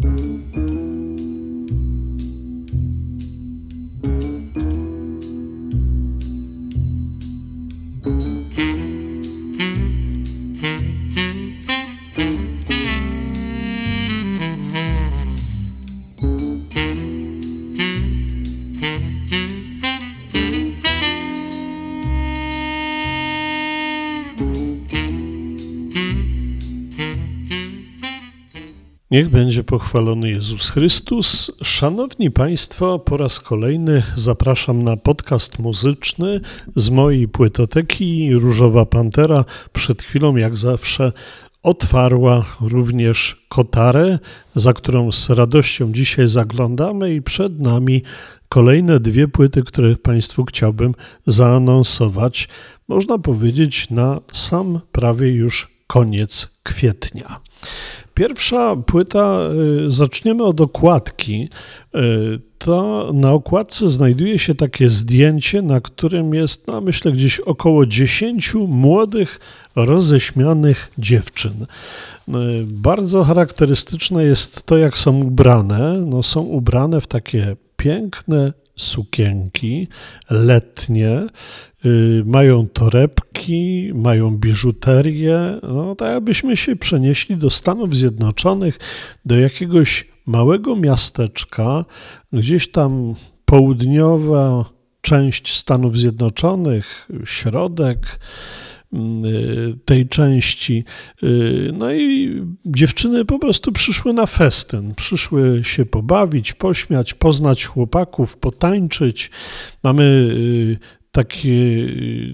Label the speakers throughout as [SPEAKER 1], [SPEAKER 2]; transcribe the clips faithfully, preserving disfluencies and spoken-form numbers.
[SPEAKER 1] Niech będzie pochwalony Jezus Chrystus. Szanowni Państwo, po raz kolejny zapraszam na podcast muzyczny z mojej płytoteki. Różowa Pantera przed chwilą, jak zawsze, otwarła również kotarę, za którą z radością dzisiaj zaglądamy, i przed nami kolejne dwie płyty, które Państwu chciałbym zaanonsować, można powiedzieć, na sam prawie już koniec kwietnia. Pierwsza płyta, zaczniemy od okładki. To na okładce znajduje się takie zdjęcie, na którym jest, no myślę, gdzieś około dziesięciu młodych, roześmianych dziewczyn. Bardzo charakterystyczne jest to, jak są ubrane. No, są ubrane w takie piękne sukienki letnie, yy, mają torebki, mają biżuterię, no tak jakbyśmy się przenieśli do Stanów Zjednoczonych, do jakiegoś małego miasteczka, gdzieś tam południowa część Stanów Zjednoczonych, środek tej części. No i dziewczyny po prostu przyszły na festyn, przyszły się pobawić, pośmiać, poznać chłopaków, potańczyć. Mamy taki,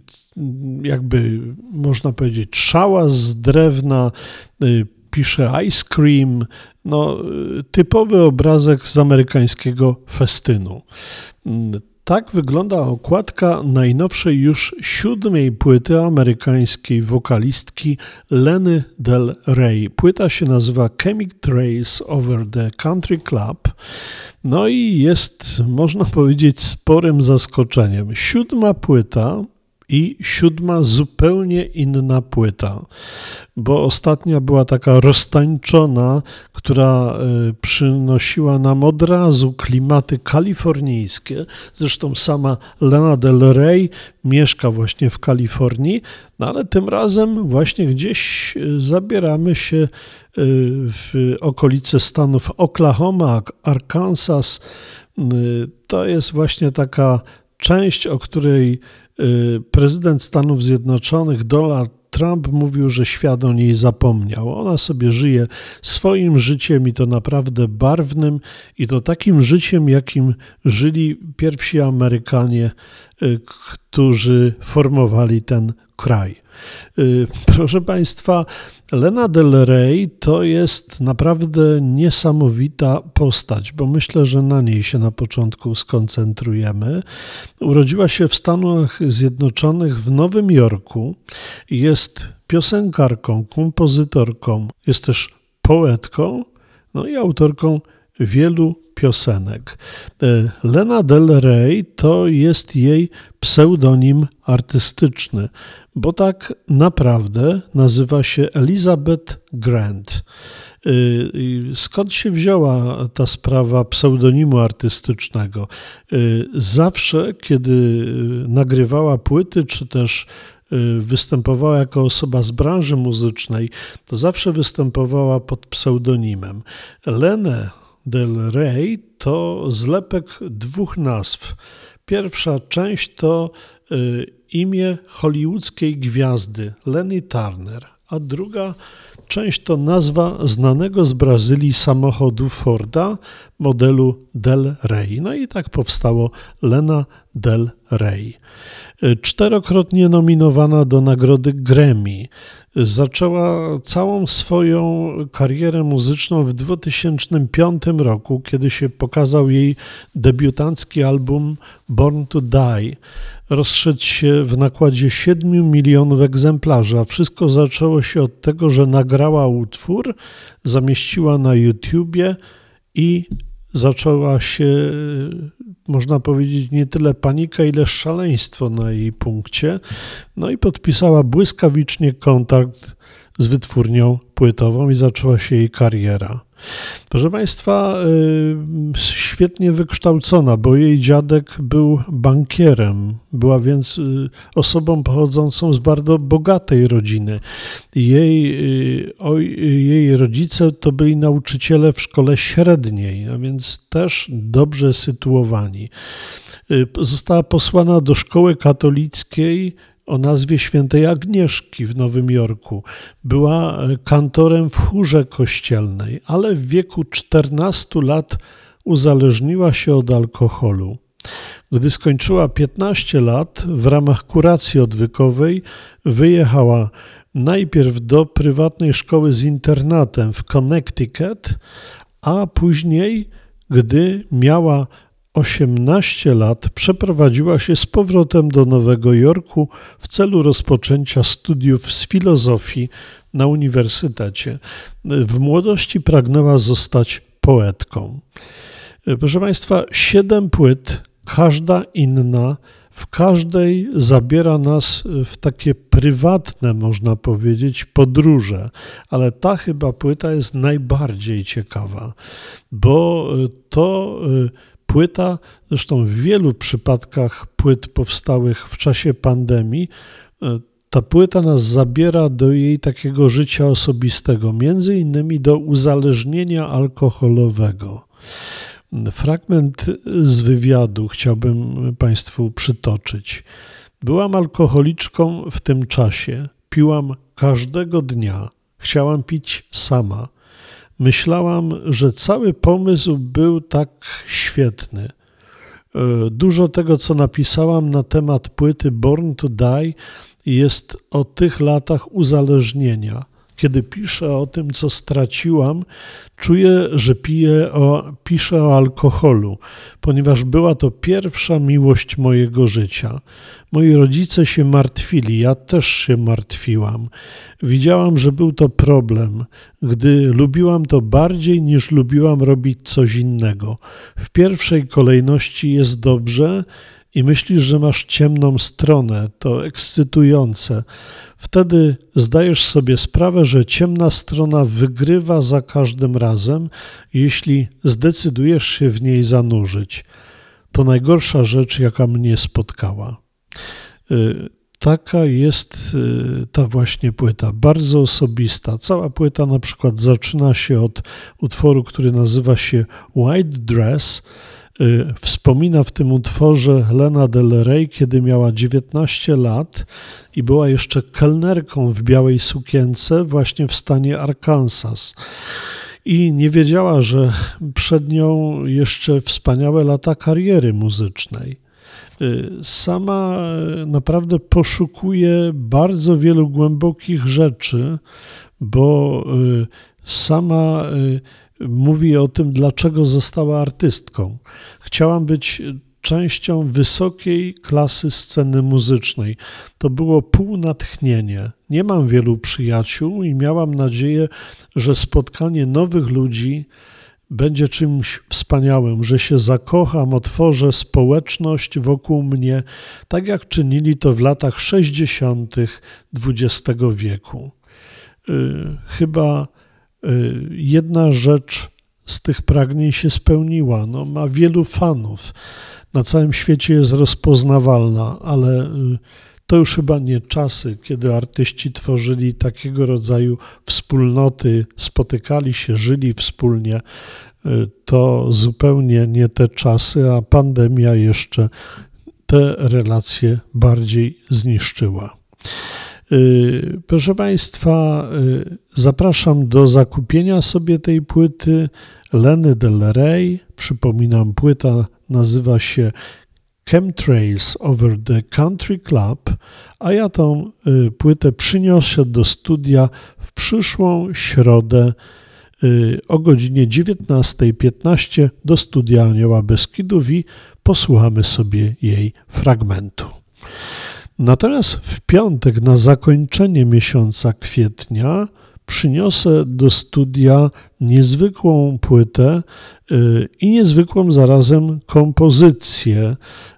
[SPEAKER 1] jakby można powiedzieć, szałas z drewna, pisze ice cream, no typowy obrazek z amerykańskiego festynu. Tak wygląda okładka najnowszej już siódmej płyty amerykańskiej wokalistki Leny Del Rey. Płyta się nazywa Chemic Trails Over the Country Club. No i jest, można powiedzieć, sporym zaskoczeniem. Siódma płyta i siódma zupełnie inna płyta, bo ostatnia była taka roztańczona, która przynosiła nam od razu klimaty kalifornijskie. Zresztą sama Lana Del Rey mieszka właśnie w Kalifornii, no ale tym razem właśnie gdzieś zabieramy się w okolice stanów Oklahoma, Arkansas. To jest właśnie taka część, o której prezydent Stanów Zjednoczonych Donald Trump mówił, że świat o niej zapomniał. Ona sobie żyje swoim życiem, i to naprawdę barwnym, i to takim życiem, jakim żyli pierwsi Amerykanie, którzy formowali ten kraj. Proszę Państwa, Lana Del Rey to jest naprawdę niesamowita postać, bo myślę, że na niej się na początku skoncentrujemy. Urodziła się w Stanach Zjednoczonych w Nowym Jorku. Jest piosenkarką, kompozytorką, jest też poetką, no i autorką wielu piosenek. Lana Del Rey to jest jej pseudonim artystyczny, bo tak naprawdę nazywa się Elizabeth Grant. Skąd się wzięła ta sprawa pseudonimu artystycznego? Zawsze, kiedy nagrywała płyty, czy też występowała jako osoba z branży muzycznej, to zawsze występowała pod pseudonimem. Lena Del Rey to zlepek dwóch nazw. Pierwsza część to y, imię hollywoodzkiej gwiazdy Lenny Turner, a druga część to nazwa znanego z Brazylii samochodu Forda modelu Del Rey. No i tak powstało Lana Del Rey. Czterokrotnie nominowana do nagrody Grammy. Zaczęła całą swoją karierę muzyczną w dwa tysiące piątym roku, kiedy się pokazał jej debiutancki album Born to Die. Rozszedł się w nakładzie siedmiu milionów egzemplarzy, a wszystko zaczęło się od tego, że nagrała utwór, zamieściła na YouTubie i zaczęła się, można powiedzieć, nie tyle panika, ile szaleństwo na jej punkcie. No i podpisała błyskawicznie kontrakt z wytwórnią płytową i zaczęła się jej kariera. Proszę Państwa, świetnie wykształcona, bo jej dziadek był bankierem, była więc osobą pochodzącą z bardzo bogatej rodziny. Jej, oj, jej rodzice to byli nauczyciele w szkole średniej, a więc też dobrze sytuowani. Została posłana do szkoły katolickiej o nazwie świętej Agnieszki w Nowym Jorku. Była kantorem w chórze kościelnej, ale w wieku czternastu lat uzależniła się od alkoholu. Gdy skończyła piętnaście lat, w ramach kuracji odwykowej wyjechała najpierw do prywatnej szkoły z internatem w Connecticut, a później, gdy miała osiemnaście lat, przeprowadziła się z powrotem do Nowego Jorku w celu rozpoczęcia studiów z filozofii na uniwersytecie. W młodości pragnęła zostać poetką. Proszę Państwa, siedem płyt, każda inna, w każdej zabiera nas w takie prywatne, można powiedzieć, podróże, ale ta chyba płyta jest najbardziej ciekawa, bo to płyta, zresztą w wielu przypadkach płyt powstałych w czasie pandemii, ta płyta nas zabiera do jej takiego życia osobistego, między innymi do uzależnienia alkoholowego. Fragment z wywiadu chciałbym Państwu przytoczyć. Byłam alkoholiczką w tym czasie, piłam każdego dnia, chciałam pić sama. Myślałam, że cały pomysł był tak świetny. Dużo tego, co napisałam na temat płyty Born to Die, jest o tych latach uzależnienia. Kiedy piszę o tym, co straciłam, czuję, że piję o, piszę o alkoholu, ponieważ była to pierwsza miłość mojego życia. Moi rodzice się martwili, ja też się martwiłam. Widziałam, że był to problem, gdy lubiłam to bardziej niż lubiłam robić coś innego. W pierwszej kolejności jest dobrze i myślisz, że masz ciemną stronę, to ekscytujące. Wtedy zdajesz sobie sprawę, że ciemna strona wygrywa za każdym razem, jeśli zdecydujesz się w niej zanurzyć. To najgorsza rzecz, jaka mnie spotkała. Taka jest ta właśnie płyta, bardzo osobista. Cała płyta na przykład zaczyna się od utworu, który nazywa się White Dress. Wspomina w tym utworze Lana Del Rey, kiedy miała dziewiętnaście lat i była jeszcze kelnerką w białej sukience właśnie w stanie Arkansas. I nie wiedziała, że przed nią jeszcze wspaniałe lata kariery muzycznej. Sama naprawdę poszukuje bardzo wielu głębokich rzeczy, bo sama mówi o tym, dlaczego została artystką. Chciałam być częścią wysokiej klasy sceny muzycznej. To było półnatchnienie. Nie mam wielu przyjaciół i miałam nadzieję, że spotkanie nowych ludzi będzie czymś wspaniałym, że się zakocham, otworzę społeczność wokół mnie, tak jak czynili to w latach sześćdziesiątych dwudziestego wieku. Chyba jedna rzecz z tych pragnień się spełniła. No, ma wielu fanów. Na całym świecie jest rozpoznawalna, ale to już chyba nie czasy, kiedy artyści tworzyli takiego rodzaju wspólnoty, spotykali się, żyli wspólnie. To zupełnie nie te czasy, a pandemia jeszcze te relacje bardziej zniszczyła. Proszę Państwa, zapraszam do zakupienia sobie tej płyty Lany Del Rey. Przypominam, płyta nazywa się Chemtrails Over the Country Club, a ja tą płytę przyniosę do studia w przyszłą środę o godzinie dziewiętnasta piętnaście do studia Anioła Beskidów i posłuchamy sobie jej fragmentu. Natomiast w piątek na zakończenie miesiąca kwietnia przyniosę do studia niezwykłą płytę i niezwykłą zarazem kompozycję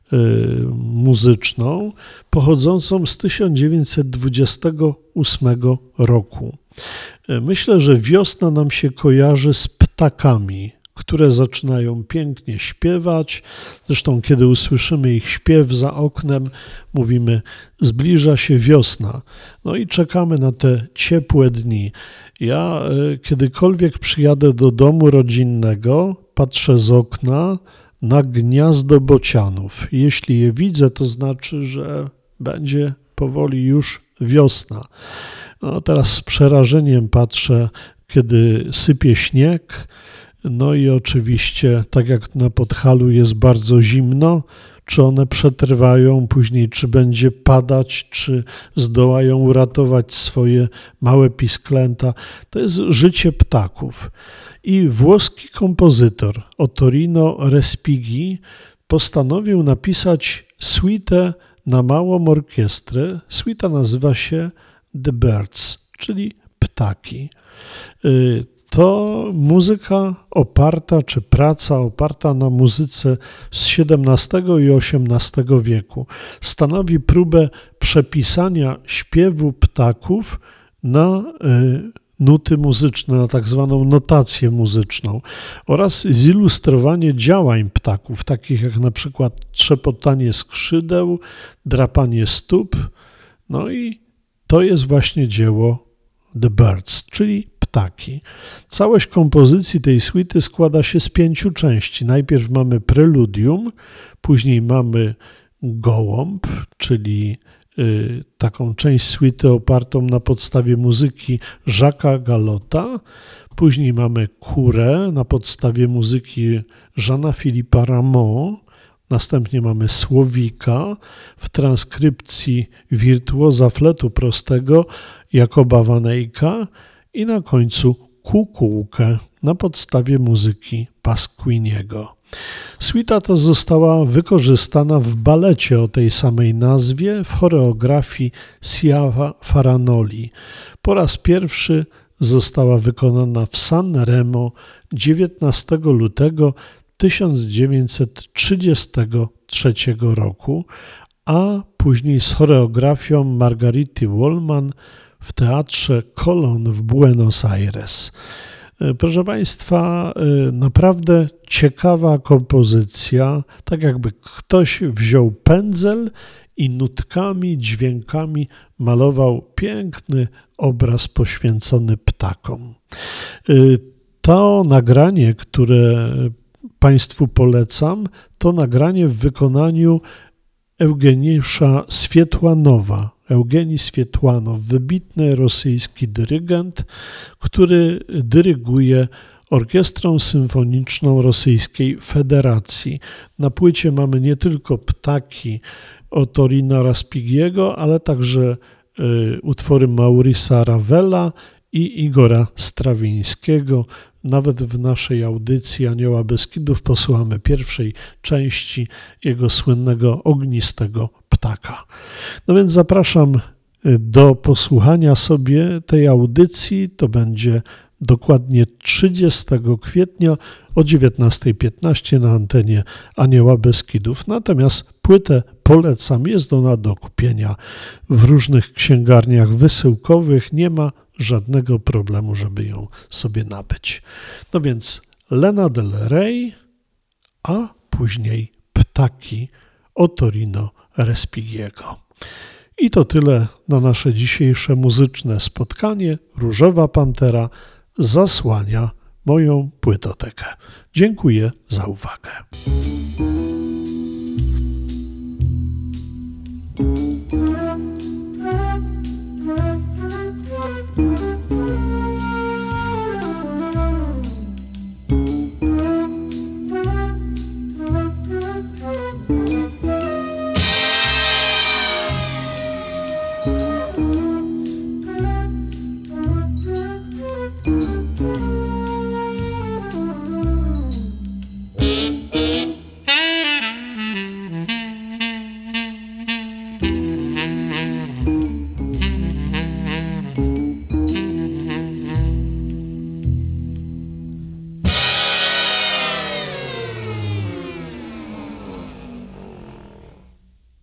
[SPEAKER 1] muzyczną pochodzącą z tysiąc dziewięćset dwudziestego ósmego roku. Myślę, że wiosna nam się kojarzy z ptakiem. ptakami, które zaczynają pięknie śpiewać. Zresztą, kiedy usłyszymy ich śpiew za oknem, mówimy, zbliża się wiosna. No i czekamy na te ciepłe dni. Ja kiedykolwiek przyjadę do domu rodzinnego, patrzę z okna na gniazdo bocianów. Jeśli je widzę, to znaczy, że będzie powoli już wiosna. No, teraz z przerażeniem patrzę, kiedy sypie śnieg. No i oczywiście, tak jak na Podhalu jest bardzo zimno, czy one przetrwają później, czy będzie padać, czy zdołają uratować swoje małe pisklęta. To jest życie ptaków. I włoski kompozytor Ottorino Respighi postanowił napisać suitę na małą orkiestrę. Suita nazywa się The Birds, czyli ptaki. To muzyka oparta, czy praca oparta na muzyce z siedemnastego i osiemnastego wieku. Stanowi próbę przepisania śpiewu ptaków na y, nuty muzyczne, na tak zwaną notację muzyczną oraz zilustrowanie działań ptaków, takich jak na przykład trzepotanie skrzydeł, drapanie stóp. No i to jest właśnie dzieło The Birds, czyli ptaki. Całość kompozycji tej suity składa się z pięciu części. Najpierw mamy preludium, później mamy gołąb, czyli y, taką część suity opartą na podstawie muzyki Jacques'a Galota. Później mamy kurę na podstawie muzyki Jeana-Philippa Rameau. Następnie mamy słowika w transkrypcji wirtuoza fletu prostego Jacoba van Eycka i na końcu kukułkę na podstawie muzyki Pasquiniego. Suita ta została wykorzystana w balecie o tej samej nazwie w choreografii Sia Faranoli. Po raz pierwszy została wykonana w San Remo dziewiętnastego lutego tysiąc dziewięćset trzydziestego trzeciego roku, a później z choreografią Margarity Wollman w Teatrze Colón w Buenos Aires. Proszę Państwa, naprawdę ciekawa kompozycja, tak jakby ktoś wziął pędzel i nutkami, dźwiękami malował piękny obraz poświęcony ptakom. To nagranie, które Państwu polecam, to nagranie w wykonaniu Eugeniusza Swietłanowa. Eugenij Swietłanow, wybitny rosyjski dyrygent, który dyryguje Orkiestrą Symfoniczną Rosyjskiej Federacji. Na płycie mamy nie tylko ptaki Ottorina Respighiego, ale także y, utwory Maurice'a Ravela i Igora Strawińskiego. Nawet w naszej audycji Anioła Beskidów posłuchamy pierwszej części jego słynnego Ognistego Ptaka. No więc zapraszam do posłuchania sobie tej audycji. To będzie dokładnie trzydziestego kwietnia o dziewiętnasta piętnaście na antenie Anioła Beskidów. Natomiast płytę polecam, jest ona do kupienia w różnych księgarniach wysyłkowych. Nie ma żadnego problemu, żeby ją sobie nabyć. No więc Lana Del Rey, a później Ptaki Ottorino Respighiego. I to tyle na nasze dzisiejsze muzyczne spotkanie. Różowa Pantera zasłania moją płytotekę. Dziękuję za uwagę.
[SPEAKER 2] Thank you.